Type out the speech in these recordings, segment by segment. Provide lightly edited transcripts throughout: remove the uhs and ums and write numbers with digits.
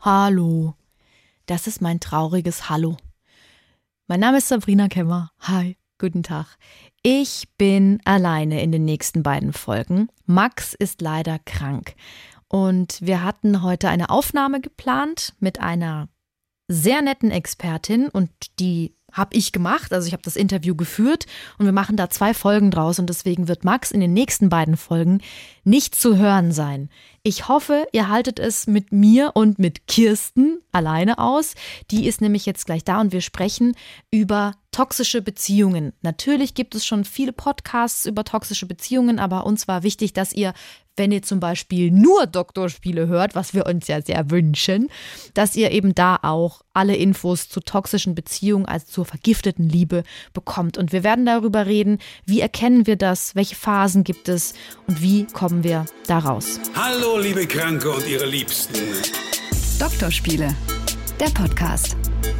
Hallo. Das ist mein trauriges Hallo. Mein Name ist Sabrina Kemmer. Hi, guten Tag. Ich bin alleine in den nächsten beiden Folgen. Max ist leider krank. Und wir hatten heute eine Aufnahme geplant mit einer sehr netten Expertin und die habe ich gemacht. Also ich habe das Interview geführt und wir machen da 2 Folgen draus und deswegen wird Max in den nächsten beiden Folgen nicht zu hören sein. Ich hoffe, ihr haltet es mit mir und mit Kirsten alleine aus. Die ist nämlich jetzt gleich da und wir sprechen über toxische Beziehungen. Natürlich gibt es schon viele Podcasts über toxische Beziehungen, aber uns war wichtig, dass ihr, wenn ihr zum Beispiel nur Doktorspiele hört, was wir uns ja sehr wünschen, dass ihr eben da auch alle Infos zu toxischen Beziehungen, also zur vergifteten Liebe bekommt. Und wir werden darüber reden, wie erkennen wir das, welche Phasen gibt es und wie kommen wir da raus. Hallo, liebe Kranke und ihre Liebsten. Doktorspiele, der Podcast.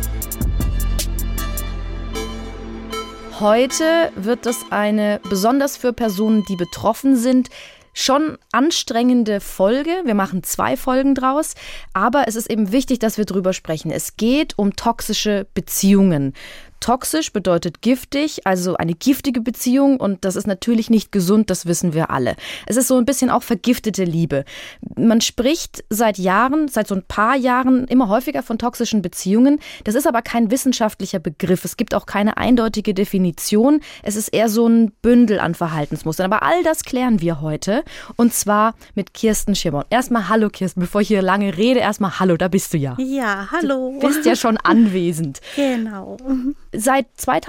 Heute wird es eine, besonders für Personen, die betroffen sind, schon anstrengende Folge. Wir machen 2 Folgen draus, aber es ist eben wichtig, dass wir drüber sprechen. Es geht um toxische Beziehungen. Toxisch bedeutet giftig, also eine giftige Beziehung und das ist natürlich nicht gesund, das wissen wir alle. Es ist so ein bisschen auch vergiftete Liebe. Man spricht seit so ein paar Jahren immer häufiger von toxischen Beziehungen. Das ist aber kein wissenschaftlicher Begriff. Es gibt auch keine eindeutige Definition. Es ist eher so ein Bündel an Verhaltensmustern. Aber all das klären wir heute und zwar mit Kirsten Schimmer. Erstmal hallo Kirsten, bevor ich hier lange rede, erstmal hallo, da bist du ja. Ja, hallo. Du bist ja schon anwesend. Genau. Seit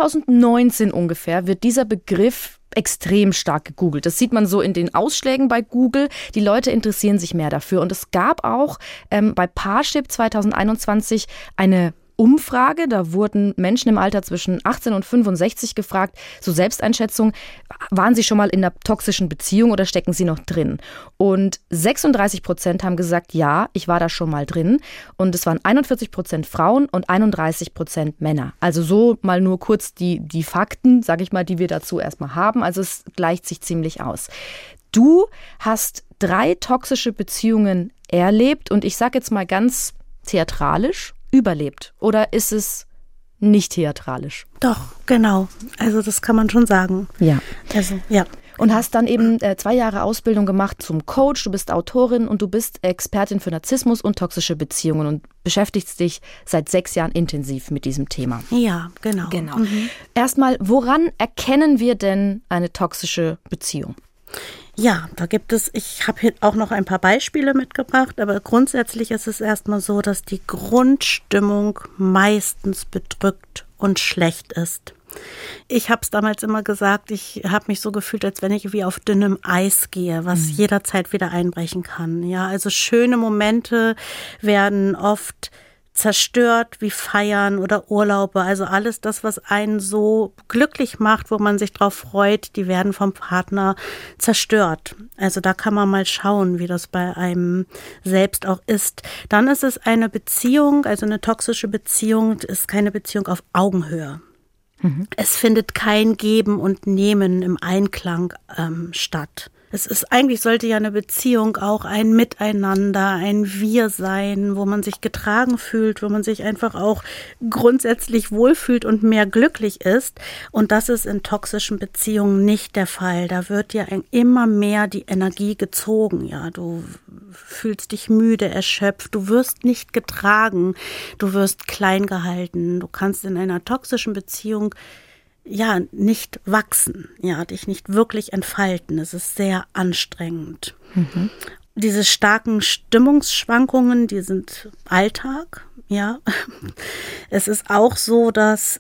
2019 ungefähr wird dieser Begriff extrem stark gegoogelt. Das sieht man so in den Ausschlägen bei Google. Die Leute interessieren sich mehr dafür. Und es gab auch bei Parship 2021 eine Umfrage, da wurden Menschen im Alter zwischen 18 und 65 gefragt, so Selbsteinschätzung, waren sie schon mal in einer toxischen Beziehung oder stecken sie noch drin? Und 36% haben gesagt, ja, ich war da schon mal drin. Und es waren 41% Frauen und 31% Männer. Also so mal nur kurz die Fakten, sage ich mal, die wir dazu erstmal haben. Also es gleicht sich ziemlich aus. Du hast 3 toxische Beziehungen erlebt und ich sage jetzt mal ganz theatralisch, überlebt. Oder ist es nicht theatralisch? Doch, genau. Also das kann man schon sagen. Ja. Also, ja. Und hast dann eben 2 Jahre Ausbildung gemacht zum Coach, du bist Autorin und du bist Expertin für Narzissmus und toxische Beziehungen und beschäftigst dich seit 6 Jahren intensiv mit diesem Thema. Ja, genau. Erstmal, woran erkennen wir denn eine toxische Beziehung? Ja, ich habe hier auch noch ein paar Beispiele mitgebracht, aber grundsätzlich ist es erstmal so, dass die Grundstimmung meistens bedrückt und schlecht ist. Ich habe es damals immer gesagt, ich habe mich so gefühlt, als wenn ich wie auf dünnem Eis gehe, was jederzeit wieder einbrechen kann. Ja, also schöne Momente werden oft zerstört, wie Feiern oder Urlaube, also alles das, was einen so glücklich macht, wo man sich drauf freut, die werden vom Partner zerstört. Also da kann man mal schauen, wie das bei einem selbst auch ist. Dann ist es eine Beziehung, also eine toxische Beziehung, ist keine Beziehung auf Augenhöhe. Es findet kein Geben und Nehmen im Einklang statt. Eigentlich sollte ja eine Beziehung auch ein Miteinander, ein Wir sein, wo man sich getragen fühlt, wo man sich einfach auch grundsätzlich wohlfühlt und mehr glücklich ist. Und das ist in toxischen Beziehungen nicht der Fall. Da wird ja immer mehr die Energie gezogen. Ja, du fühlst dich müde, erschöpft, du wirst nicht getragen, du wirst klein gehalten. Du kannst in einer toxischen Beziehung nicht wachsen, dich nicht wirklich entfalten. Es ist sehr anstrengend. Diese starken Stimmungsschwankungen, die sind Alltag, ja. Es ist auch so, dass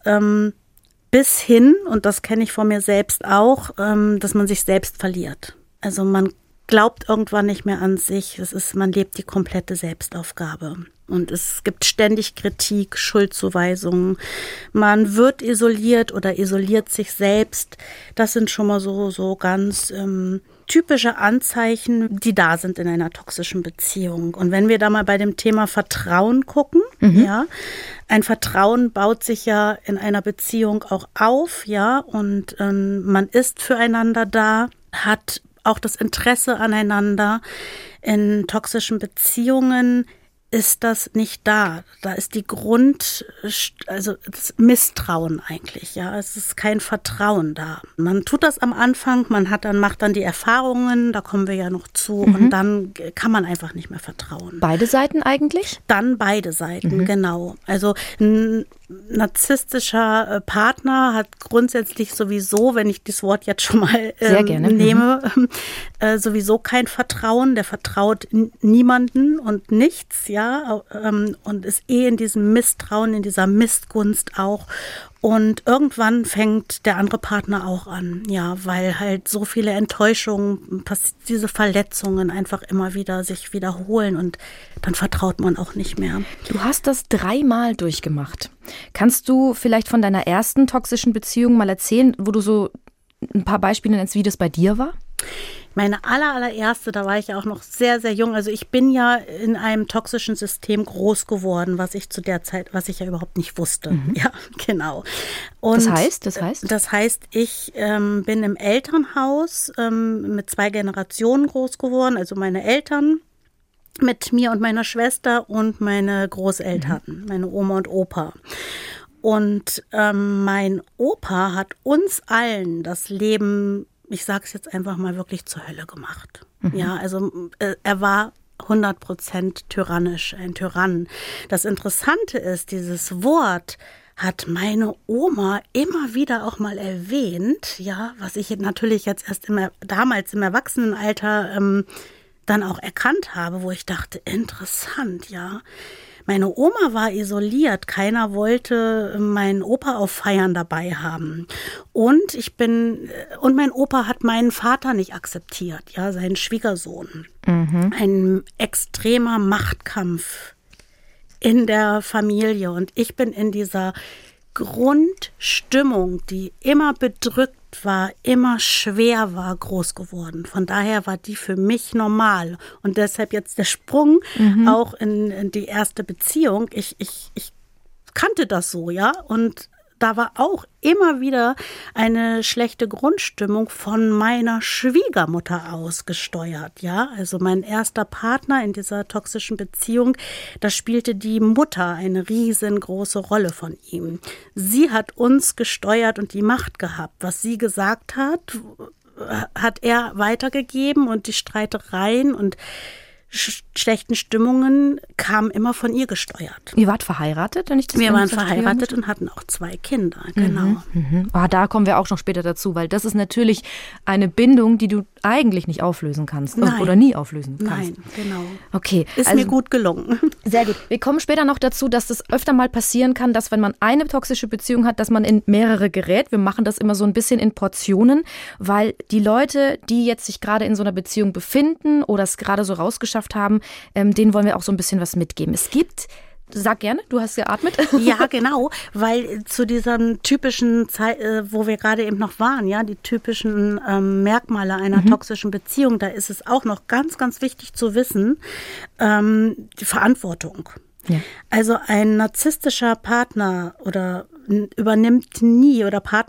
bis hin, und das kenne ich von mir selbst auch, dass man sich selbst verliert. Also man glaubt irgendwann nicht mehr an sich. Man lebt die komplette Selbstaufgabe. Und es gibt ständig Kritik, Schuldzuweisungen. Man wird isoliert oder isoliert sich selbst. Das sind schon mal so ganz typische Anzeichen, die da sind in einer toxischen Beziehung. Und wenn wir da mal bei dem Thema Vertrauen gucken, ein Vertrauen baut sich ja in einer Beziehung auch auf, und man ist füreinander da, hat auch das Interesse aneinander. In toxischen Beziehungen ist das nicht da. Da ist also das Misstrauen eigentlich, ja. Es ist kein Vertrauen da. Man tut das am Anfang, macht dann die Erfahrungen, da kommen wir ja noch zu, und dann kann man einfach nicht mehr vertrauen. Beide Seiten eigentlich? Dann beide Seiten, genau. Also ein narzisstischer Partner hat grundsätzlich sowieso, wenn ich das Wort jetzt schon mal sehr gerne nehme, sowieso kein Vertrauen. Der vertraut niemanden und nichts, ja, und ist in diesem Misstrauen, in dieser Missgunst auch. Und irgendwann fängt der andere Partner auch an, ja, weil halt so viele Enttäuschungen, diese Verletzungen einfach immer wieder sich wiederholen, und dann vertraut man auch nicht mehr. Du hast das 3-mal durchgemacht. Kannst du vielleicht von deiner ersten toxischen Beziehung mal erzählen, wo du so ein paar Beispiele nennst, wie das bei dir war? Meine allererste, da war ich ja auch noch sehr, sehr jung. Also ich bin ja in einem toxischen System groß geworden, was ich ja überhaupt nicht wusste. Ja, genau. Und Das heißt? Das heißt, ich bin im Elternhaus mit 2 Generationen groß geworden. Also meine Eltern mit mir und meiner Schwester und meine Großeltern, meine Oma und Opa. Und mein Opa hat uns allen das Leben, ich sage es jetzt einfach mal, wirklich zur Hölle gemacht. Ja, also er war 100% tyrannisch, ein Tyrann. Das Interessante ist, dieses Wort hat meine Oma immer wieder auch mal erwähnt, ja, was ich natürlich jetzt erst damals im Erwachsenenalter dann auch erkannt habe, wo ich dachte, interessant, ja. Meine Oma war isoliert, keiner wollte meinen Opa auf Feiern dabei haben. Und mein Opa hat meinen Vater nicht akzeptiert, ja, seinen Schwiegersohn. Ein extremer Machtkampf in der Familie. Und ich bin in dieser Grundstimmung, die immer bedrückt war, immer schwer war, groß geworden. Von daher war die für mich normal. Und deshalb jetzt der Sprung auch in die erste Beziehung. Ich kannte das so, ja. Und da war auch immer wieder eine schlechte Grundstimmung von meiner Schwiegermutter ausgesteuert, ja. Also mein erster Partner in dieser toxischen Beziehung, da spielte die Mutter eine riesengroße Rolle von ihm. Sie hat uns gesteuert und die Macht gehabt. Was sie gesagt hat, hat er weitergegeben, und die Streitereien und schlechten Stimmungen kamen immer von ihr gesteuert. Ihr wart verheiratet, wenn ich das Wir waren verheiratet und hatten auch 2 Kinder, genau. Da kommen wir auch noch später dazu, weil das ist natürlich eine Bindung, die du eigentlich nicht auflösen kannst. Nein. Oder nie auflösen kannst. Nein, genau. Okay. Ist mir gut gelungen. Sehr gut. Wir kommen später noch dazu, dass das öfter mal passieren kann, dass wenn man eine toxische Beziehung hat, dass man in mehrere gerät. Wir machen das immer so ein bisschen in Portionen, weil die Leute, die jetzt sich gerade in so einer Beziehung befinden oder es gerade so rausgeschafft haben, denen wollen wir auch so ein bisschen was mitgeben. Es gibt, sag gerne, du hast geatmet. Ja, genau, weil zu dieser typischen Zeit, wo wir gerade eben noch waren, ja, die typischen Merkmale einer toxischen Beziehung, da ist es auch noch ganz, ganz wichtig zu wissen, die Verantwortung. Ja. Also ein narzisstischer Partner übernimmt nie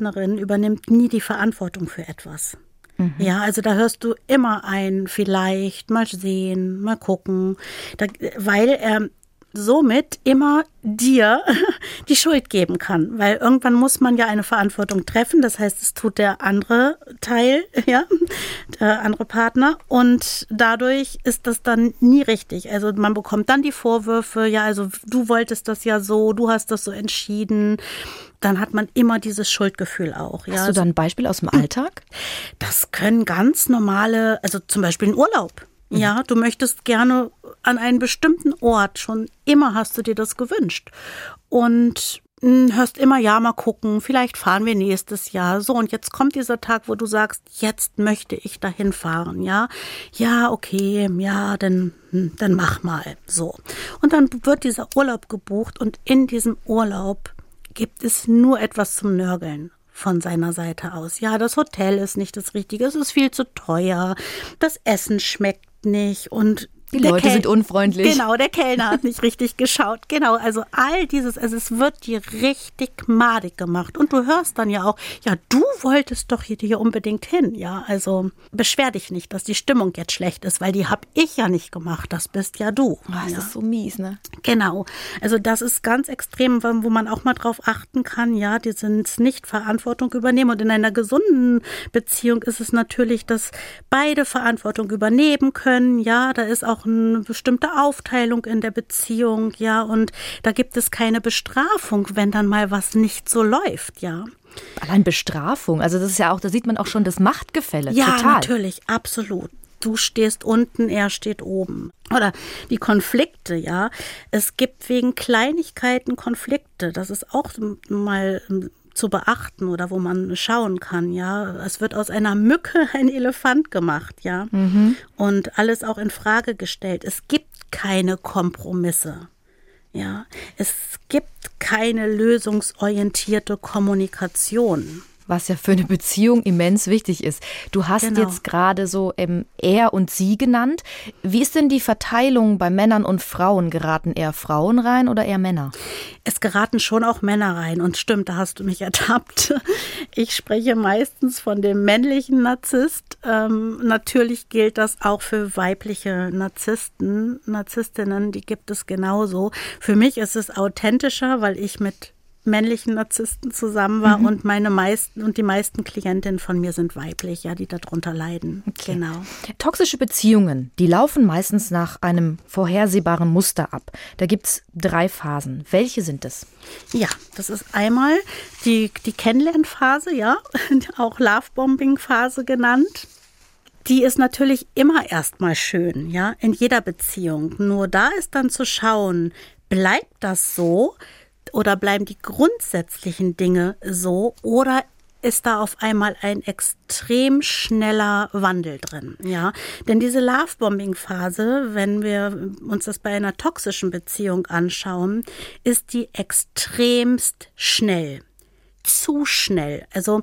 die Verantwortung für etwas. Ja, also da hörst du immer vielleicht, mal sehen, mal gucken, weil er somit immer dir die Schuld geben kann, weil irgendwann muss man ja eine Verantwortung treffen, das heißt, es tut der andere Teil, ja, der andere Partner, und dadurch ist das dann nie richtig. Also man bekommt dann die Vorwürfe, ja, also du wolltest das ja so, du hast das so entschieden. Dann hat man immer dieses Schuldgefühl auch. Ja. Hast du da ein Beispiel aus dem Alltag? Das können ganz normale, also zum Beispiel ein Urlaub. Ja, du möchtest gerne an einen bestimmten Ort, schon immer hast du dir das gewünscht. Und hörst immer, ja, mal gucken, vielleicht fahren wir nächstes Jahr. So, und jetzt kommt dieser Tag, wo du sagst, jetzt möchte ich dahin fahren, ja. Ja, okay, ja, dann mach mal. So. Und dann wird dieser Urlaub gebucht, und in diesem Urlaub gibt es nur etwas zum Nörgeln von seiner Seite aus. Ja, das Hotel ist nicht das Richtige, es ist viel zu teuer, das Essen schmeckt nicht, und Die Leute sind unfreundlich. Genau, der Kellner hat nicht richtig geschaut. Genau, also all dieses, also es wird dir richtig madig gemacht. Und du hörst dann ja auch, ja, du wolltest doch hier unbedingt hin. Ja, also beschwer dich nicht, dass die Stimmung jetzt schlecht ist, weil die habe ich ja nicht gemacht. Das bist ja du. Oh, das ist so mies, ne? Genau, also das ist ganz extrem, wo man auch mal drauf achten kann, ja, die sind nicht Verantwortung übernehmen. Und in einer gesunden Beziehung ist es natürlich, dass beide Verantwortung übernehmen können. Ja, da ist auch eine bestimmte Aufteilung in der Beziehung, ja, und da gibt es keine Bestrafung, wenn dann mal was nicht so läuft, ja. Allein Bestrafung, also das ist ja auch, da sieht man auch schon das Machtgefälle, ja, total. Ja, natürlich, absolut. Du stehst unten, er steht oben. Oder die Konflikte, ja. Es gibt wegen Kleinigkeiten Konflikte, das ist auch mal zu beachten oder wo man schauen kann, ja. Es wird aus einer Mücke ein Elefant gemacht, ja. Und alles auch in Frage gestellt. Es gibt keine Kompromisse, ja. Es gibt keine lösungsorientierte Kommunikation. Was ja für eine Beziehung immens wichtig ist. Du hast jetzt gerade so er und sie genannt. Wie ist denn die Verteilung bei Männern und Frauen? Geraten eher Frauen rein oder eher Männer? Es geraten schon auch Männer rein. Und stimmt, da hast du mich ertappt. Ich spreche meistens von dem männlichen Narzisst. Natürlich gilt das auch für weibliche Narzissten, Narzisstinnen. Die gibt es genauso. Für mich ist es authentischer, weil ich mit männlichen Narzissten zusammen war und die meisten Klientinnen von mir sind weiblich, ja, die darunter leiden. Okay. Genau. Toxische Beziehungen, die laufen meistens nach einem vorhersehbaren Muster ab. Da gibt es 3 Phasen. Welche sind es? Ja, das ist einmal die Kennenlernphase, ja, auch Lovebombing-Phase genannt. Die ist natürlich immer erstmal schön, ja, in jeder Beziehung. Nur da ist dann zu schauen, bleibt das so? Oder bleiben die grundsätzlichen Dinge so oder ist da auf einmal ein extrem schneller Wandel drin? Ja, denn diese Lovebombing-Phase, wenn wir uns das bei einer toxischen Beziehung anschauen, ist die extremst schnell. Zu schnell. Also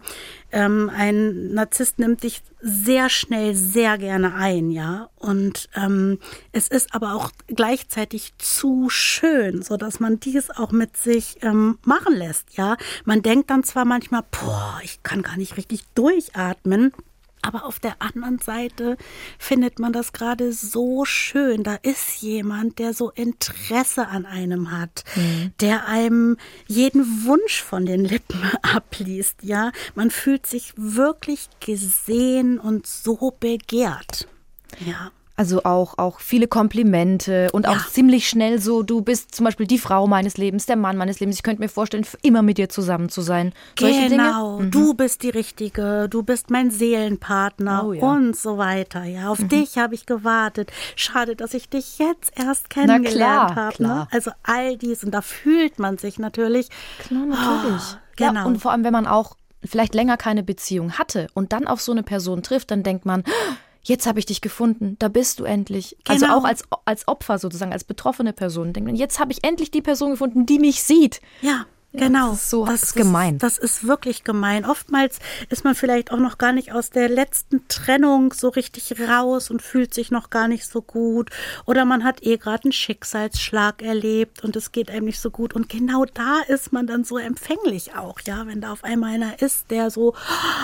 ein Narzisst nimmt dich sehr schnell, sehr gerne ein, ja. Und es ist aber auch gleichzeitig zu schön, so dass man dies auch mit sich machen lässt, ja. Man denkt dann zwar manchmal, ich kann gar nicht richtig durchatmen. Aber auf der anderen Seite findet man das gerade so schön. Da ist jemand, der so Interesse an einem hat, der einem jeden Wunsch von den Lippen abliest. Ja, man fühlt sich wirklich gesehen und so begehrt. Ja. Also auch viele Komplimente und auch ziemlich schnell so, du bist zum Beispiel die Frau meines Lebens, der Mann meines Lebens. Ich könnte mir vorstellen, für immer mit dir zusammen zu sein. Solche genau, Dinge? Du bist die Richtige, du bist mein Seelenpartner und so weiter. Ja, auf dich habe ich gewartet. Schade, dass ich dich jetzt erst kennengelernt habe. Ne? Also all dies und da fühlt man sich natürlich. Klar, natürlich. Genau. Ja, und vor allem, wenn man auch vielleicht länger keine Beziehung hatte und dann auf so eine Person trifft, dann denkt man, jetzt habe ich dich gefunden, da bist du endlich. Genau. Also auch als Opfer sozusagen, als betroffene Person. Denkt man, jetzt habe ich endlich die Person gefunden, die mich sieht. Ja, genau. Das ist gemein. Das ist wirklich gemein. Oftmals ist man vielleicht auch noch gar nicht aus der letzten Trennung so richtig raus und fühlt sich noch gar nicht so gut. Oder man hat gerade einen Schicksalsschlag erlebt und es geht einem nicht so gut. Und genau da ist man dann so empfänglich auch, ja, wenn da auf einmal einer ist, der so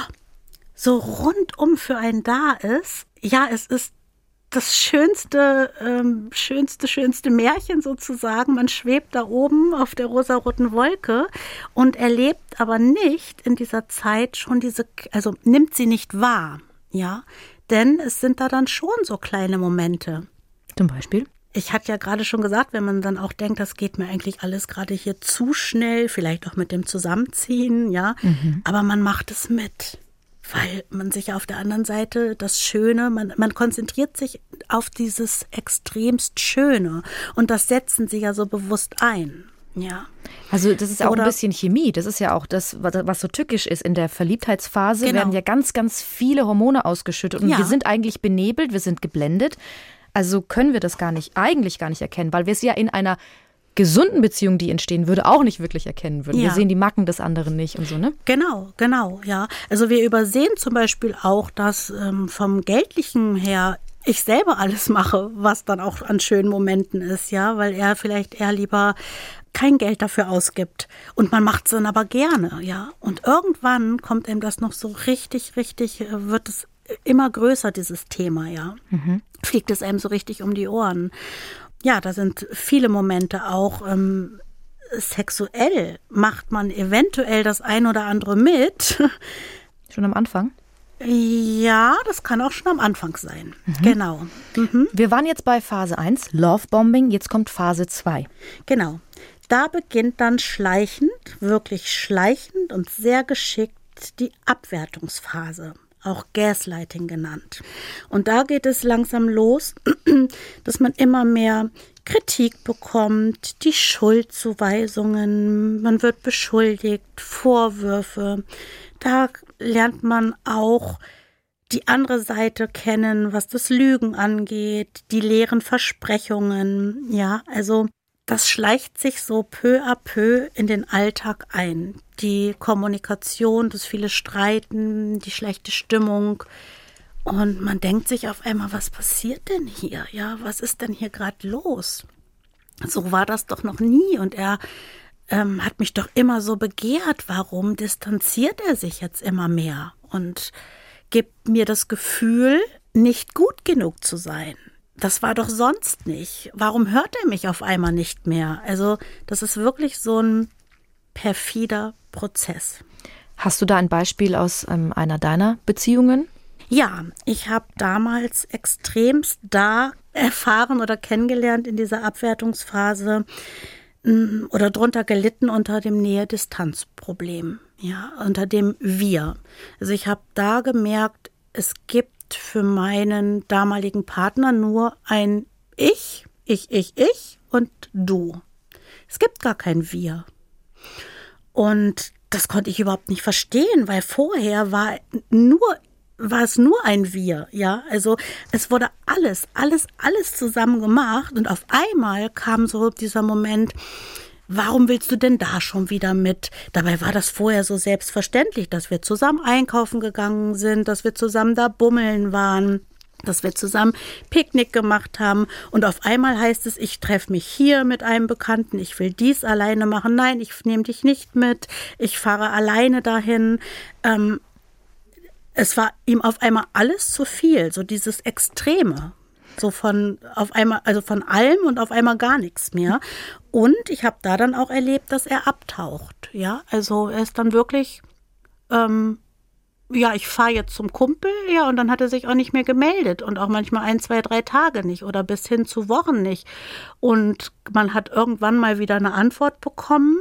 rundum für einen da ist. Ja, es ist das schönste Märchen sozusagen. Man schwebt da oben auf der rosaroten Wolke und erlebt aber nicht in dieser Zeit schon also nimmt sie nicht wahr, ja. Denn es sind da dann schon so kleine Momente. Zum Beispiel? Ich hatte ja gerade schon gesagt, wenn man dann auch denkt, das geht mir eigentlich alles gerade hier zu schnell, vielleicht auch mit dem Zusammenziehen, ja. Aber man macht es mit. Weil man sich auf der anderen Seite das Schöne, man konzentriert sich auf dieses extremst Schöne und das setzen sie ja so bewusst ein, ja. Also das ist ja auch ein bisschen Chemie, das ist ja auch das, was so tückisch ist. In der Verliebtheitsphase werden ja ganz, ganz viele Hormone ausgeschüttet und wir sind eigentlich benebelt, wir sind geblendet, also können wir das eigentlich gar nicht erkennen, weil wir es ja in einer gesunden Beziehungen, die entstehen würde, auch nicht wirklich erkennen würden. Ja. Wir sehen die Macken des anderen nicht und so, ne? Genau, ja. Also wir übersehen zum Beispiel auch, dass vom Geldlichen her ich selber alles mache, was dann auch an schönen Momenten ist, ja, weil er vielleicht eher lieber kein Geld dafür ausgibt. Und man macht es dann aber gerne, ja. Und irgendwann kommt einem das noch so richtig, wird es immer größer, dieses Thema, ja. Fliegt es einem so richtig um die Ohren. Ja, da sind viele Momente auch. Sexuell macht man eventuell das ein oder andere mit. Schon am Anfang? Ja, das kann auch schon am Anfang sein. Genau. Wir waren jetzt bei Phase 1, Lovebombing, jetzt kommt Phase 2. Genau. Da beginnt dann schleichend, wirklich schleichend und sehr geschickt die Abwertungsphase, auch Gaslighting genannt. Und da geht es langsam los, dass man immer mehr Kritik bekommt, die Schuldzuweisungen, man wird beschuldigt, Vorwürfe. Da lernt man auch die andere Seite kennen, was das Lügen angeht, die leeren Versprechungen, ja, also das schleicht sich so peu à peu in den Alltag ein. Die Kommunikation, das viele Streiten, die schlechte Stimmung. Und man denkt sich auf einmal, was passiert denn hier? Ja, was ist denn hier gerade los? So war das doch noch nie. Und er hat mich doch immer so begehrt. Warum distanziert er sich jetzt immer mehr? Und gibt mir das Gefühl, nicht gut genug zu sein. Das war doch sonst nicht. Warum hört er mich auf einmal nicht mehr? Also das ist wirklich so ein perfider Prozess. Hast du da ein Beispiel aus einer deiner Beziehungen? Ja, ich habe damals extremst da erfahren oder kennengelernt in dieser Abwertungsphase oder drunter gelitten unter dem Nähe-Distanz-Problem, ja, unter dem Wir. Also ich habe da gemerkt, es gibt für meinen damaligen Partner nur ein Ich und du. Es gibt gar kein Wir. Und das konnte ich überhaupt nicht verstehen, weil vorher war es nur ein Wir, ja. Also es wurde alles zusammen gemacht und auf einmal kam so dieser Moment, warum willst du denn da schon wieder mit? Dabei war das vorher so selbstverständlich, dass wir zusammen einkaufen gegangen sind, dass wir zusammen da bummeln waren, dass wir zusammen Picknick gemacht haben. Und auf einmal heißt es, ich treffe mich hier mit einem Bekannten, ich will dies alleine machen. Nein, ich nehme dich nicht mit, ich fahre alleine dahin. Es war ihm auf einmal alles zu viel, so dieses Extreme. So von auf einmal, also von allem und auf einmal gar nichts mehr. Und ich habe da dann auch erlebt, dass er abtaucht. Ja, also er ist dann wirklich, ich fahre jetzt zum Kumpel, ja, und dann hat er sich auch nicht mehr gemeldet und auch manchmal 1, 2, 3 Tage nicht oder bis hin zu Wochen nicht. Und man hat irgendwann mal wieder eine Antwort bekommen,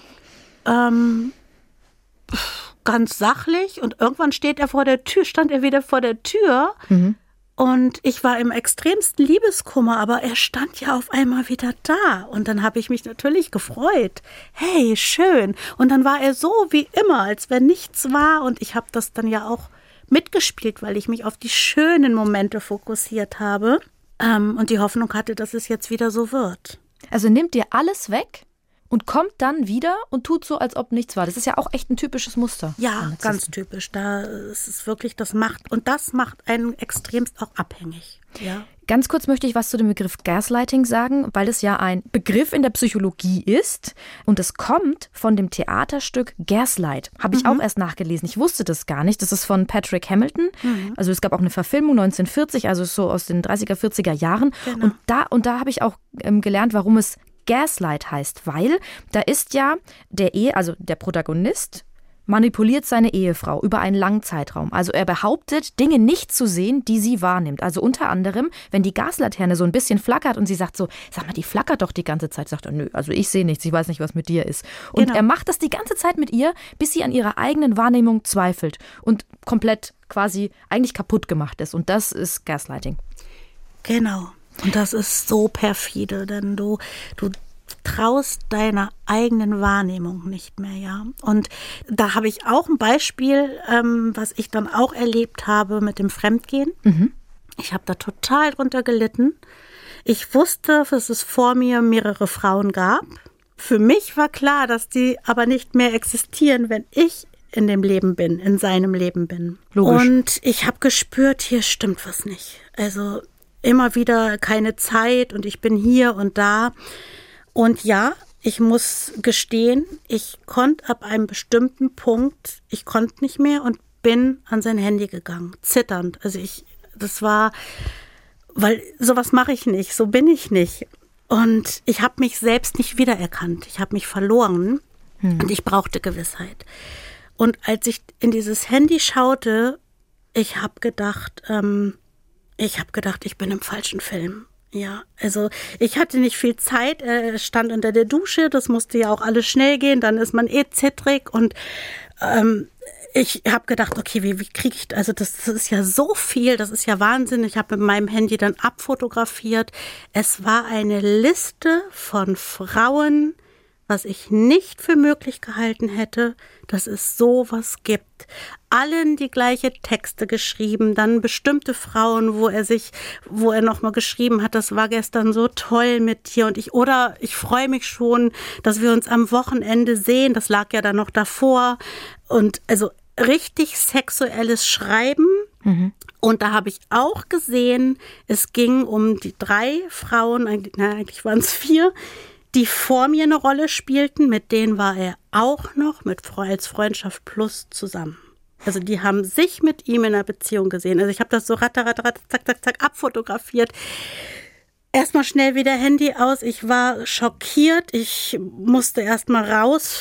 ganz sachlich, und irgendwann stand er wieder vor der Tür. Und ich war im extremsten Liebeskummer, aber er stand ja auf einmal wieder da. Und dann habe ich mich natürlich gefreut. Hey, schön. Und dann war er so wie immer, als wenn nichts war. Und ich habe das dann ja auch mitgespielt, weil ich mich auf die schönen Momente fokussiert habe und die Hoffnung hatte, dass es jetzt wieder so wird. Also nimmt dir alles weg und kommt dann wieder und tut so, als ob nichts war. Das ist ja auch echt ein typisches Muster. Ja, ganz typisch. Da ist es wirklich, das macht einen extremst auch abhängig. Ja. Ganz kurz möchte ich was zu dem Begriff Gaslighting sagen, weil es ja ein Begriff in der Psychologie ist und es kommt von dem Theaterstück Gaslight. Habe ich auch erst nachgelesen. Ich wusste das gar nicht. Das ist von Patrick Hamilton. Also es gab auch eine Verfilmung 1940, also so aus den 30er, 40er Jahren. Genau. Und da habe ich auch gelernt, warum es Gaslight heißt, weil da ist ja der Protagonist manipuliert seine Ehefrau über einen langen Zeitraum. Also er behauptet, Dinge nicht zu sehen, die sie wahrnimmt. Also unter anderem, wenn die Gaslaterne so ein bisschen flackert und sie sagt so, sag mal, die flackert doch die ganze Zeit. Sagt er, nö, also ich sehe nichts, ich weiß nicht, was mit dir ist. Und er macht das die ganze Zeit mit ihr, bis sie an ihrer eigenen Wahrnehmung zweifelt und komplett quasi eigentlich kaputt gemacht ist. Und das ist Gaslighting. Genau. Und das ist so perfide, denn du traust deiner eigenen Wahrnehmung nicht mehr, ja. Und da habe ich auch ein Beispiel, was ich dann auch erlebt habe mit dem Fremdgehen. Ich habe da total drunter gelitten. Ich wusste, dass es vor mir mehrere Frauen gab. Für mich war klar, dass die aber nicht mehr existieren, wenn ich in seinem Leben bin. Logisch. Und ich habe gespürt, hier stimmt was nicht. Also immer wieder keine Zeit und ich bin hier und da. Und ja, ich muss gestehen, ich konnte ab einem bestimmten Punkt, ich konnte nicht mehr und bin an sein Handy gegangen, zitternd. Also das war, weil sowas mache ich nicht, so bin ich nicht. Und ich habe mich selbst nicht wiedererkannt. Ich habe mich verloren und ich brauchte Gewissheit. Und als ich in dieses Handy schaute, ich habe gedacht, ich bin im falschen Film. Ja, also ich hatte nicht viel Zeit, stand unter der Dusche, das musste ja auch alles schnell gehen, dann ist man zittrig und ich habe gedacht, okay, wie kriege ich, also das ist ja so viel, das ist ja Wahnsinn. Ich habe mit meinem Handy dann abfotografiert. Es war eine Liste von Frauen, was ich nicht für möglich gehalten hätte, dass es sowas gibt. Allen die gleiche Texte geschrieben, dann bestimmte Frauen, wo er nochmal geschrieben hat, das war gestern so toll mit dir und ich freue mich schon, dass wir uns am Wochenende sehen, das lag ja dann noch davor und also richtig sexuelles Schreiben. Und da habe ich auch gesehen, es ging um die 3 Frauen, eigentlich waren es 4, die vor mir eine Rolle spielten, mit denen war er auch noch als Freundschaft plus zusammen. Also die haben sich mit ihm in einer Beziehung gesehen. Also ich habe das so zack, zack, zack abfotografiert. Erstmal schnell wieder Handy aus. Ich war schockiert. Ich musste erstmal raus,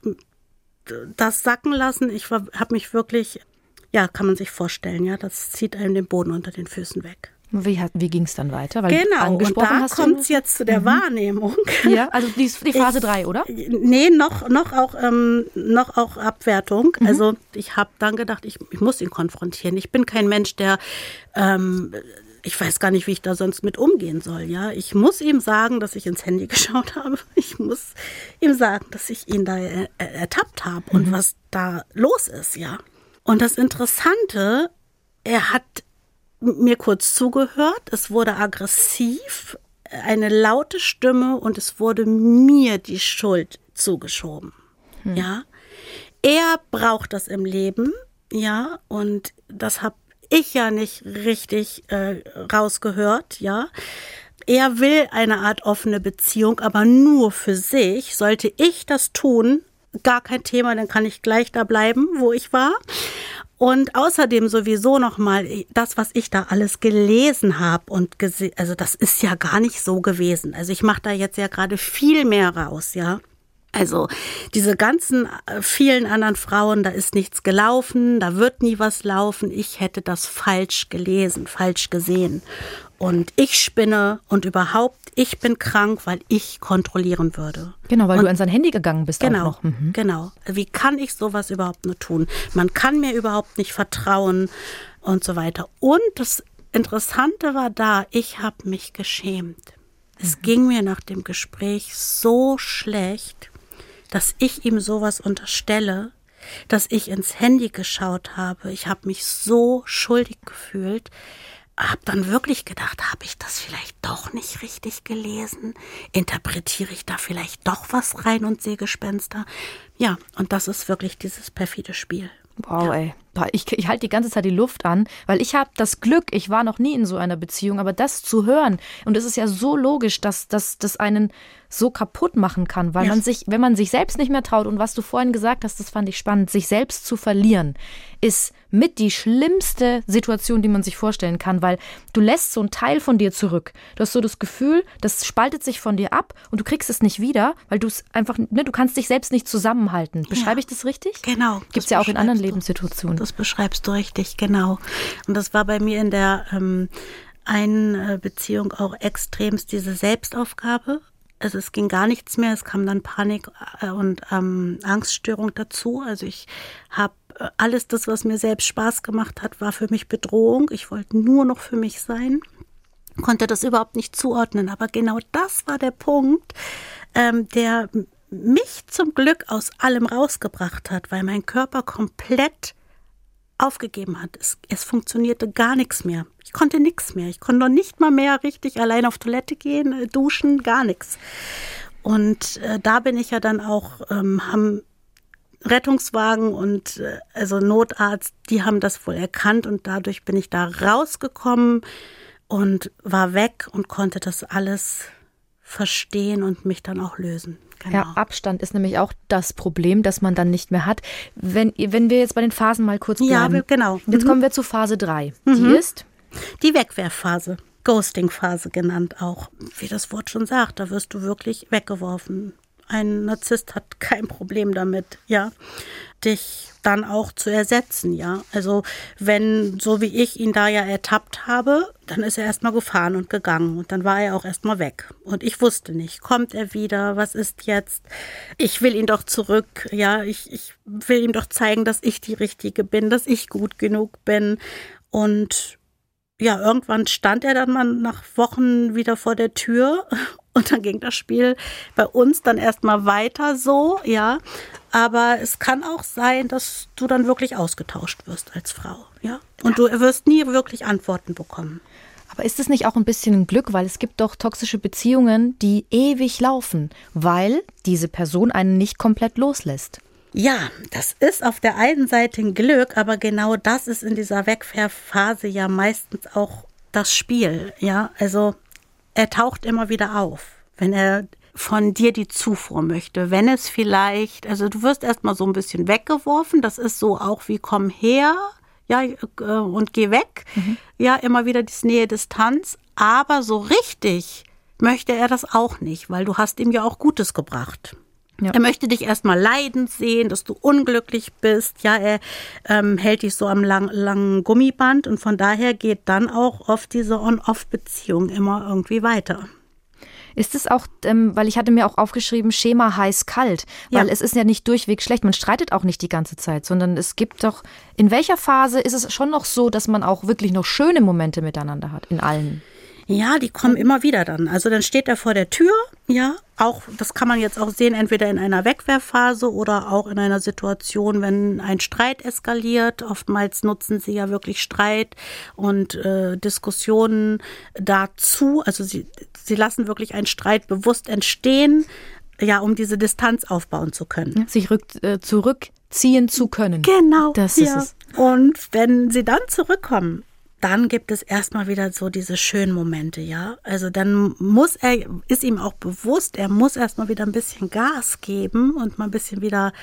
das sacken lassen. Ich habe mich wirklich, ja, kann man sich vorstellen, ja, das zieht einem den Boden unter den Füßen weg. Wie ging es dann weiter? Weil genau, und da kommt es jetzt zu der Wahrnehmung. Ja, also die Phase 3, oder? Nee, noch auch Abwertung. Also ich habe dann gedacht, ich muss ihn konfrontieren. Ich bin kein Mensch, der, ich weiß gar nicht, wie ich da sonst mit umgehen soll. Ja, ich muss ihm sagen, dass ich ins Handy geschaut habe. Ich muss ihm sagen, dass ich ihn da ertappt habe und was da los ist. Ja. Und das Interessante, er hat mir kurz zugehört, es wurde aggressiv, eine laute Stimme und es wurde mir die Schuld zugeschoben. Ja, er braucht das im Leben, ja, und das habe ich ja nicht richtig rausgehört, ja. Er will eine Art offene Beziehung, aber nur für sich. Sollte ich das tun, gar kein Thema, dann kann ich gleich da bleiben, wo ich war. Und außerdem sowieso nochmal das, was ich da alles gelesen habe und also das ist ja gar nicht so gewesen. Also ich mache da jetzt ja gerade viel mehr raus, ja. Also diese ganzen vielen anderen Frauen, da ist nichts gelaufen, da wird nie was laufen. Ich hätte das falsch gelesen, falsch gesehen. Und ich spinne und überhaupt, ich bin krank, weil ich kontrollieren würde. Genau, weil du an sein Handy gegangen bist genau, auch noch. Genau. Wie kann ich sowas überhaupt nur tun? Man kann mir überhaupt nicht vertrauen und so weiter. Und das Interessante war da, ich habe mich geschämt. Es ging mir nach dem Gespräch so schlecht, dass ich ihm sowas unterstelle, dass ich ins Handy geschaut habe. Ich habe mich so schuldig gefühlt. Habe dann wirklich gedacht, habe ich das vielleicht doch nicht richtig gelesen? Interpretiere ich da vielleicht doch was rein und sehe Gespenster? Ja, und das ist wirklich dieses perfide Spiel. Wow, ja. Ey. Ich halte die ganze Zeit die Luft an, weil ich habe das Glück, ich war noch nie in so einer Beziehung, aber das zu hören, und es ist ja so logisch, dass das einen so kaputt machen kann, weil wenn man sich selbst nicht mehr traut, und was du vorhin gesagt hast, das fand ich spannend, sich selbst zu verlieren, ist mit die schlimmste Situation, die man sich vorstellen kann, weil du lässt so einen Teil von dir zurück. Du hast so das Gefühl, das spaltet sich von dir ab und du kriegst es nicht wieder, weil du es einfach, du kannst dich selbst nicht zusammenhalten. Beschreibe ich das richtig? Genau. Gibt es ja auch in anderen Lebenssituationen. Das beschreibst du richtig, genau. Und das war bei mir in der einen Beziehung auch extremst diese Selbstaufgabe. Also es ging gar nichts mehr, es kam dann Panik und Angststörung dazu. Also ich habe alles das, was mir selbst Spaß gemacht hat, war für mich Bedrohung. Ich wollte nur noch für mich sein, konnte das überhaupt nicht zuordnen. Aber genau das war der Punkt, der mich zum Glück aus allem rausgebracht hat, weil mein Körper komplett aufgegeben hat. Es funktionierte gar nichts mehr. Ich konnte nichts mehr. Ich konnte noch nicht mal mehr richtig allein auf Toilette gehen, duschen, gar nichts. Und da bin ich ja dann auch, haben Rettungswagen und also Notarzt, die haben das wohl erkannt und dadurch bin ich da rausgekommen und war weg und konnte das alles verstehen und mich dann auch lösen. Genau. Ja, Abstand ist nämlich auch das Problem, das man dann nicht mehr hat. Wenn wir jetzt bei den Phasen mal kurz bleiben. Ja, genau. Jetzt kommen wir zu Phase 3. Die ist? Die Wegwerfphase, Ghosting-Phase genannt auch. Wie das Wort schon sagt, da wirst du wirklich weggeworfen. Ein Narzisst hat kein Problem damit, ja, dich dann auch zu ersetzen, ja. Also wenn, so wie ich ihn da ja ertappt habe, dann ist er erstmal gefahren und gegangen und dann war er auch erstmal weg. Und ich wusste nicht, kommt er wieder, was ist jetzt? Ich will ihn doch zurück, ja, ich will ihm doch zeigen, dass ich die Richtige bin, dass ich gut genug bin. Und ja, irgendwann stand er dann mal nach Wochen wieder vor der Tür und dann ging das Spiel bei uns dann erstmal weiter so, ja. Aber es kann auch sein, dass du dann wirklich ausgetauscht wirst als Frau, ja. Und du wirst nie wirklich Antworten bekommen. Aber ist es nicht auch ein bisschen ein Glück, weil es gibt doch toxische Beziehungen, die ewig laufen, weil diese Person einen nicht komplett loslässt? Ja, das ist auf der einen Seite ein Glück, aber genau das ist in dieser Wegwerfphase ja meistens auch das Spiel, ja. Also er taucht immer wieder auf, wenn er von dir die Zufuhr möchte. Wenn es vielleicht, also du wirst erstmal so ein bisschen weggeworfen, das ist so auch wie komm her, ja, und geh weg. Ja, immer wieder diese Nähe-Distanz, aber so richtig möchte er das auch nicht, weil du hast ihm ja auch Gutes gebracht. Ja. Er möchte dich erstmal leidend sehen, dass du unglücklich bist. Ja, er hält dich so am langen Gummiband und von daher geht dann auch oft diese On-Off-Beziehung immer irgendwie weiter. Ist es auch, weil ich hatte mir auch aufgeschrieben, Schema heiß-kalt, weil es ist ja nicht durchweg schlecht, man streitet auch nicht die ganze Zeit, sondern es gibt doch, in welcher Phase ist es schon noch so, dass man auch wirklich noch schöne Momente miteinander hat, in allen? Ja, die kommen immer wieder dann. Also dann steht er vor der Tür, ja, auch, das kann man jetzt auch sehen, entweder in einer Wegwerfphase oder auch in einer Situation, wenn ein Streit eskaliert. Oftmals nutzen sie ja wirklich Streit und Diskussionen dazu. Also sie lassen wirklich einen Streit bewusst entstehen, ja, um diese Distanz aufbauen zu können. Sich zurückziehen zu können. Genau, das ist es. Und wenn sie dann zurückkommen, dann gibt es erstmal wieder so diese schönen Momente, ja. Also dann ist ihm auch bewusst, er muss erstmal wieder ein bisschen Gas geben und mal ein bisschen wieder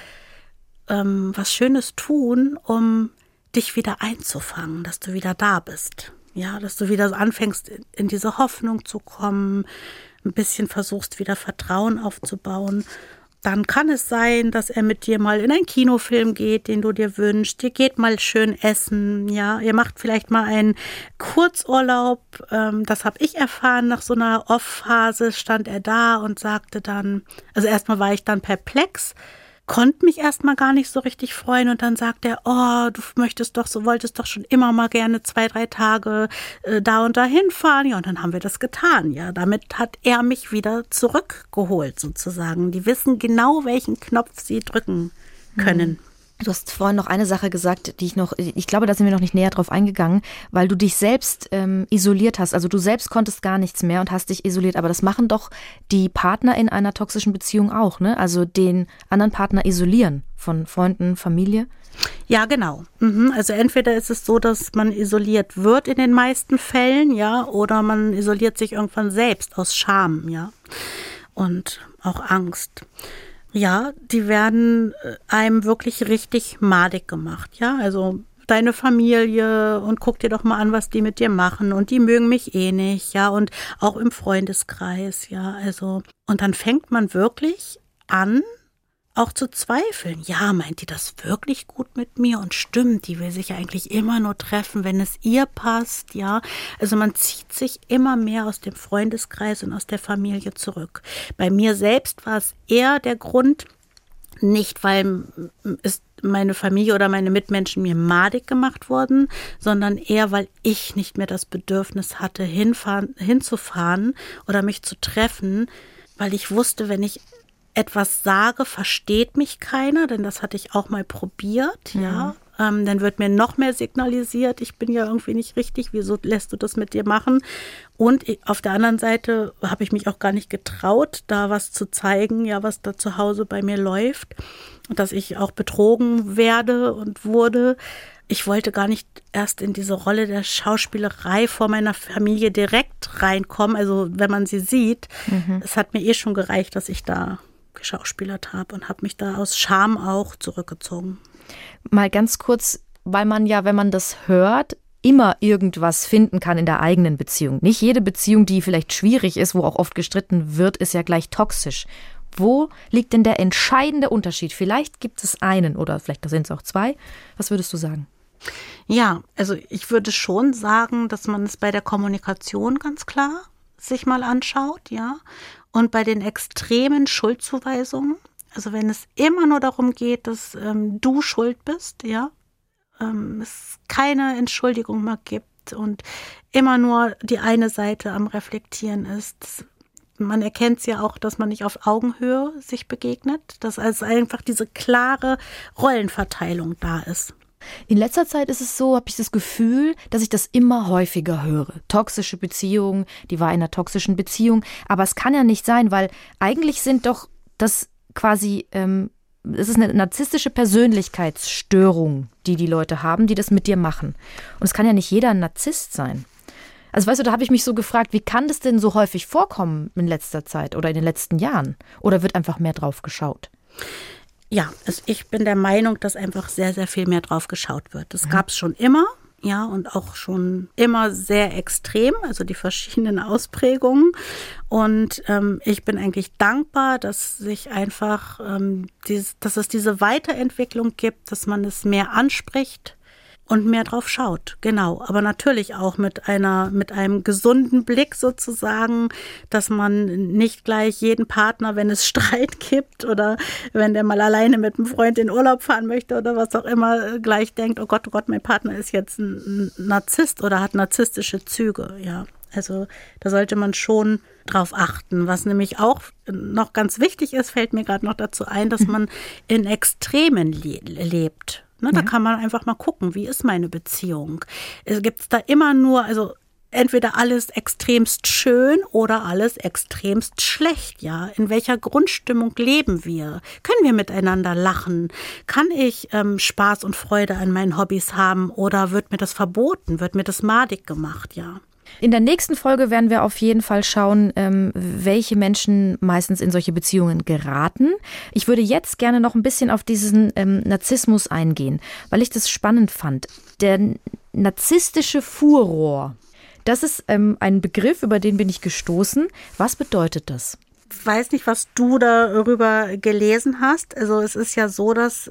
was Schönes tun, um dich wieder einzufangen, dass du wieder da bist. Ja, dass du wieder so anfängst, in diese Hoffnung zu kommen, ein bisschen versuchst, wieder Vertrauen aufzubauen. Dann kann es sein, dass er mit dir mal in einen Kinofilm geht, den du dir wünschst. Ihr geht mal schön essen, ja. Ihr macht vielleicht mal einen Kurzurlaub. Das habe ich erfahren. Nach so einer Off-Phase stand er da und sagte dann, also erstmal war ich dann perplex, konnte mich erstmal gar nicht so richtig freuen und dann sagt er, oh, du wolltest doch schon immer mal gerne 2-3 Tage da und da hinfahren. Ja, und dann haben wir das getan, ja. Damit hat er mich wieder zurückgeholt sozusagen. Die wissen genau, welchen Knopf sie drücken können. Du hast vorhin noch eine Sache gesagt, ich glaube, da sind wir noch nicht näher drauf eingegangen, weil du dich selbst isoliert hast. Also du selbst konntest gar nichts mehr und hast dich isoliert. Aber das machen doch die Partner in einer toxischen Beziehung auch, ne? Also den anderen Partner isolieren von Freunden, Familie. Ja, genau. Also entweder ist es so, dass man isoliert wird in den meisten Fällen, ja, oder man isoliert sich irgendwann selbst aus Scham, ja, und auch Angst. Ja, die werden einem wirklich richtig madig gemacht, ja, also deine Familie und guck dir doch mal an, was die mit dir machen und die mögen mich eh nicht, ja, und auch im Freundeskreis, ja, also und dann fängt man wirklich an, auch zu zweifeln. Ja, meint die das wirklich gut mit mir? Und stimmt, die will sich ja eigentlich immer nur treffen, wenn es ihr passt, ja. Also man zieht sich immer mehr aus dem Freundeskreis und aus der Familie zurück. Bei mir selbst war es eher der Grund, nicht weil meine Familie oder meine Mitmenschen mir madig gemacht wurden, sondern eher, weil ich nicht mehr das Bedürfnis hatte, hinzufahren oder mich zu treffen, weil ich wusste, wenn ich etwas sage, versteht mich keiner, denn das hatte ich auch mal probiert, ja. Dann wird mir noch mehr signalisiert, ich bin ja irgendwie nicht richtig, wieso lässt du das mit dir machen? Und auf der anderen Seite habe ich mich auch gar nicht getraut, da was zu zeigen, ja, was da zu Hause bei mir läuft. Und dass ich auch betrogen werde und wurde. Ich wollte gar nicht erst in diese Rolle der Schauspielerei vor meiner Familie direkt reinkommen. Also wenn man sie sieht, es hat mir schon gereicht, dass ich da geschauspielert habe und habe mich da aus Scham auch zurückgezogen. Mal ganz kurz, weil man ja, wenn man das hört, immer irgendwas finden kann in der eigenen Beziehung. Nicht jede Beziehung, die vielleicht schwierig ist, wo auch oft gestritten wird, ist ja gleich toxisch. Wo liegt denn der entscheidende Unterschied? Vielleicht gibt es einen oder vielleicht sind es auch zwei. Was würdest du sagen? Ja, also ich würde schon sagen, dass man es bei der Kommunikation ganz klar sich mal anschaut, ja. Und bei den extremen Schuldzuweisungen, also wenn es immer nur darum geht, dass du schuld bist, ja, es keine Entschuldigung mehr gibt und immer nur die eine Seite am Reflektieren ist. Man erkennt es ja auch, dass man nicht auf Augenhöhe sich begegnet, dass also einfach diese klare Rollenverteilung da ist. In letzter Zeit ist es so, habe ich das Gefühl, dass ich das immer häufiger höre. Toxische Beziehungen, die war in einer toxischen Beziehung. Aber es kann ja nicht sein, weil eigentlich sind doch das quasi, es ist eine narzisstische Persönlichkeitsstörung, die Leute haben, die das mit dir machen. Und es kann ja nicht jeder ein Narzisst sein. Also weißt du, da habe ich mich so gefragt, wie kann das denn so häufig vorkommen in letzter Zeit oder in den letzten Jahren? Oder wird einfach mehr drauf geschaut? Ja, also ich bin der Meinung, dass einfach sehr, sehr viel mehr drauf geschaut wird. Das gab es schon immer, ja, und auch schon immer sehr extrem, also die verschiedenen Ausprägungen. Und ich bin eigentlich dankbar, dass sich einfach, dass es diese Weiterentwicklung gibt, dass man es mehr anspricht und mehr drauf schaut, genau. Aber natürlich auch mit einem gesunden Blick sozusagen, dass man nicht gleich jeden Partner, wenn es Streit gibt oder wenn der mal alleine mit einem Freund in Urlaub fahren möchte oder was auch immer, gleich denkt, oh Gott, mein Partner ist jetzt ein Narzisst oder hat narzisstische Züge, ja. Also da sollte man schon drauf achten. Was nämlich auch noch ganz wichtig ist, fällt mir gerade noch dazu ein, dass man in Extremen lebt. Ne, da kann man einfach mal gucken, wie ist meine Beziehung? Gibt es da immer nur, also entweder alles extremst schön oder alles extremst schlecht, ja? In welcher Grundstimmung leben wir? Können wir miteinander lachen? Kann ich Spaß und Freude an meinen Hobbys haben oder wird mir das verboten? Wird mir das madig gemacht, ja? In der nächsten Folge werden wir auf jeden Fall schauen, welche Menschen meistens in solche Beziehungen geraten. Ich würde jetzt gerne noch ein bisschen auf diesen Narzissmus eingehen, weil ich das spannend fand. Der narzisstische Furor, das ist ein Begriff, über den bin ich gestoßen. Was bedeutet das? Ich weiß nicht, was du darüber gelesen hast. Also es ist ja so, dass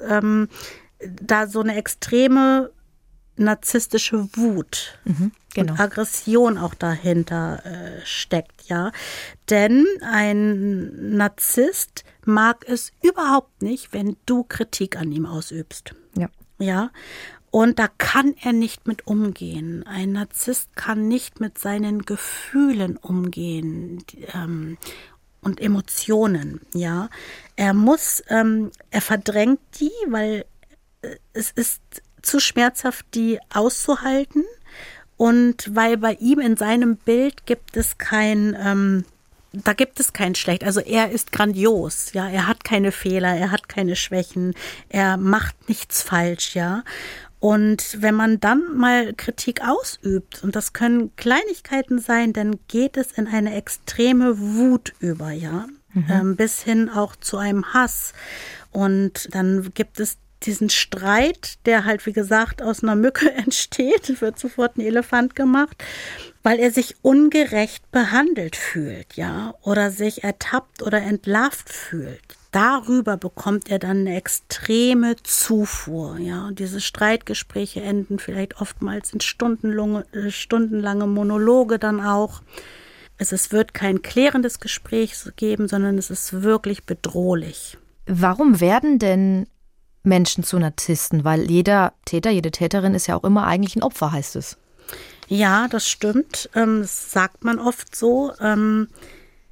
da so eine extreme narzisstische Wut und Aggression auch dahinter steckt, ja. Denn ein Narzisst mag es überhaupt nicht, wenn du Kritik an ihm ausübst. Ja. Ja. Und da kann er nicht mit umgehen. Ein Narzisst kann nicht mit seinen Gefühlen umgehen und Emotionen, ja. Er verdrängt die, weil es ist zu schmerzhaft, die auszuhalten. Und weil bei ihm in seinem Bild gibt es kein Schlecht. Also er ist grandios, ja. Er hat keine Fehler, er hat keine Schwächen, er macht nichts falsch, ja. Und wenn man dann mal Kritik ausübt, und das können Kleinigkeiten sein, dann geht es in eine extreme Wut über, ja. Bis hin auch zu einem Hass. Und dann gibt es diesen Streit, der halt, wie gesagt, aus einer Mücke entsteht, wird sofort ein Elefant gemacht, weil er sich ungerecht behandelt fühlt, ja, oder sich ertappt oder entlarvt fühlt. Darüber bekommt er dann eine extreme Zufuhr, ja, und diese Streitgespräche enden vielleicht oftmals in stundenlange Monologe dann auch. Es wird kein klärendes Gespräch geben, sondern es ist wirklich bedrohlich. Warum werden denn Menschen zu Narzissten? Weil jeder Täter, jede Täterin ist ja auch immer eigentlich ein Opfer, heißt es. Ja, das stimmt. Das sagt man oft so.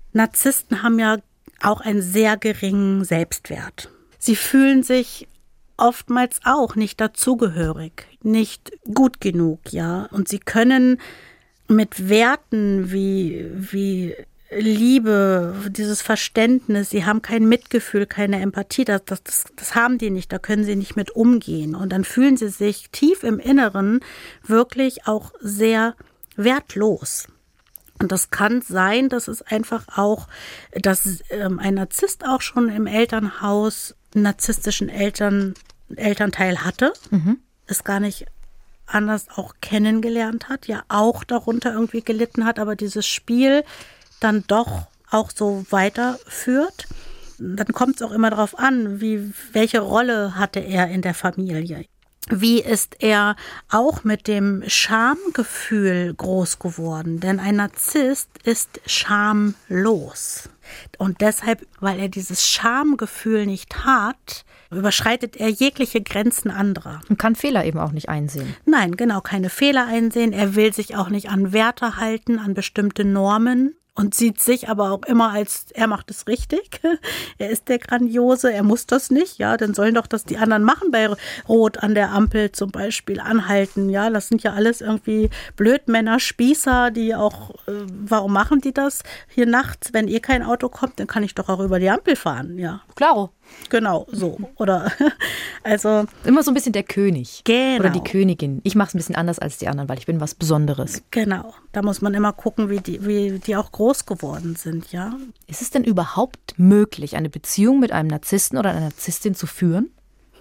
Narzissten haben ja auch einen sehr geringen Selbstwert. Sie fühlen sich oftmals auch nicht dazugehörig, nicht gut genug, ja. Und sie können mit Werten wie Liebe, dieses Verständnis, sie haben kein Mitgefühl, keine Empathie, das haben die nicht, da können sie nicht mit umgehen. Und dann fühlen sie sich tief im Inneren wirklich auch sehr wertlos. Und das kann sein, dass es einfach auch, dass ein Narzisst auch schon im Elternhaus einen narzisstischen Elternteil hatte, es gar nicht anders auch kennengelernt hat, ja auch darunter irgendwie gelitten hat, aber dieses Spiel dann doch auch so weiterführt. Dann kommt es auch immer darauf an, welche Rolle hatte er in der Familie. Wie ist er auch mit dem Schamgefühl groß geworden? Denn ein Narzisst ist schamlos. Und deshalb, weil er dieses Schamgefühl nicht hat, überschreitet er jegliche Grenzen anderer. Und kann Fehler eben auch nicht einsehen. Nein, genau, keine Fehler einsehen. Er will sich auch nicht an Werte halten, an bestimmte Normen. Und sieht sich aber auch immer als, er macht es richtig, er ist der Grandiose, er muss das nicht, ja, dann sollen doch das die anderen machen, bei Rot an der Ampel zum Beispiel anhalten, ja, das sind ja alles irgendwie Blödmänner, Spießer, die auch, warum machen die das hier nachts, wenn kein Auto kommt, dann kann ich doch auch über die Ampel fahren, ja. Klaro. Genau, so, oder, also. Immer so ein bisschen der König. Genau. Oder die Königin. Ich mache es ein bisschen anders als die anderen, weil ich bin was Besonderes. Genau, da muss man immer gucken, wie die auch groß geworden sind, ja. Ist es denn überhaupt möglich, eine Beziehung mit einem Narzissten oder einer Narzisstin zu führen?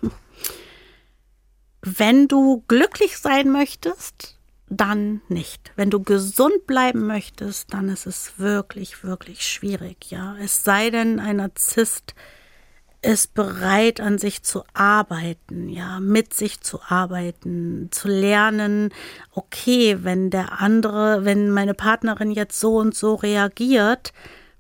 Wenn du glücklich sein möchtest, dann nicht. Wenn du gesund bleiben möchtest, dann ist es wirklich, wirklich schwierig, ja. Es sei denn, ein Narzisst ist bereit, an sich zu arbeiten, ja, mit sich zu arbeiten, zu lernen, okay, wenn meine Partnerin jetzt so und so reagiert,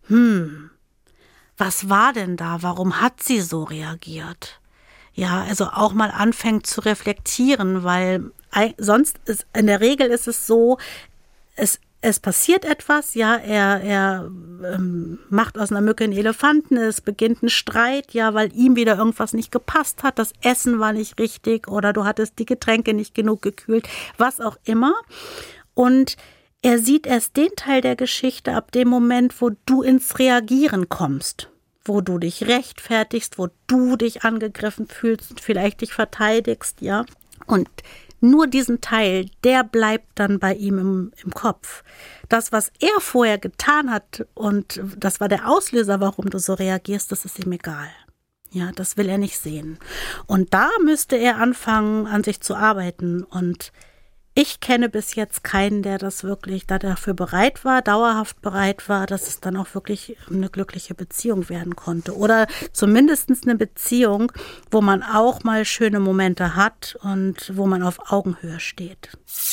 was war denn da? Warum hat sie so reagiert? Ja, also auch mal anfängt zu reflektieren, weil sonst in der Regel ist es so, es passiert etwas, ja, er macht aus einer Mücke einen Elefanten, es beginnt ein Streit, ja, weil ihm wieder irgendwas nicht gepasst hat, das Essen war nicht richtig oder du hattest die Getränke nicht genug gekühlt, was auch immer. Und er sieht erst den Teil der Geschichte ab dem Moment, wo du ins Reagieren kommst, wo du dich rechtfertigst, wo du dich angegriffen fühlst, vielleicht dich verteidigst, ja, und nur diesen Teil, der bleibt dann bei ihm im Kopf. Das, was er vorher getan hat und das war der Auslöser, warum du so reagierst, das ist ihm egal. Ja, das will er nicht sehen. Und da müsste er anfangen, an sich zu arbeiten. Und ich kenne bis jetzt keinen, der das wirklich, da dafür bereit war, dauerhaft bereit war, dass es dann auch wirklich eine glückliche Beziehung werden konnte. Oder zumindest eine Beziehung, wo man auch mal schöne Momente hat und wo man auf Augenhöhe steht.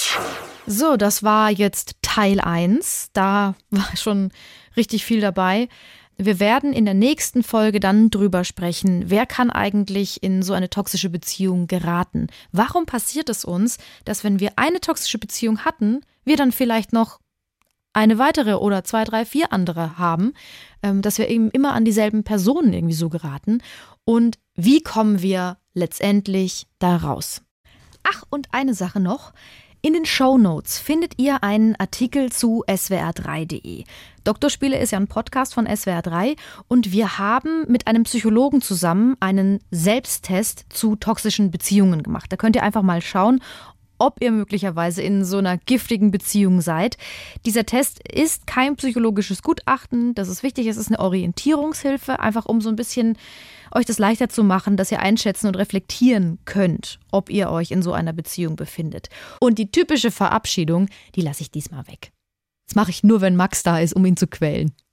So, das war jetzt Teil 1. Da war schon richtig viel dabei. Wir werden in der nächsten Folge dann drüber sprechen, wer kann eigentlich in so eine toxische Beziehung geraten? Warum passiert es uns, dass wenn wir eine toxische Beziehung hatten, wir dann vielleicht noch eine weitere oder 2, 3, 4 andere haben, dass wir eben immer an dieselben Personen irgendwie so geraten? Und wie kommen wir letztendlich da raus? Ach, und eine Sache noch. In den Shownotes findet ihr einen Artikel zu swr3.de. Doktorspiele ist ja ein Podcast von SWR3 und wir haben mit einem Psychologen zusammen einen Selbsttest zu toxischen Beziehungen gemacht. Da könnt ihr einfach mal schauen, ob ihr möglicherweise in so einer giftigen Beziehung seid. Dieser Test ist kein psychologisches Gutachten, das ist wichtig, es ist eine Orientierungshilfe, einfach um so ein bisschen euch das leichter zu machen, dass ihr einschätzen und reflektieren könnt, ob ihr euch in so einer Beziehung befindet. Und die typische Verabschiedung, die lasse ich diesmal weg. Das mache ich nur, wenn Max da ist, um ihn zu quälen.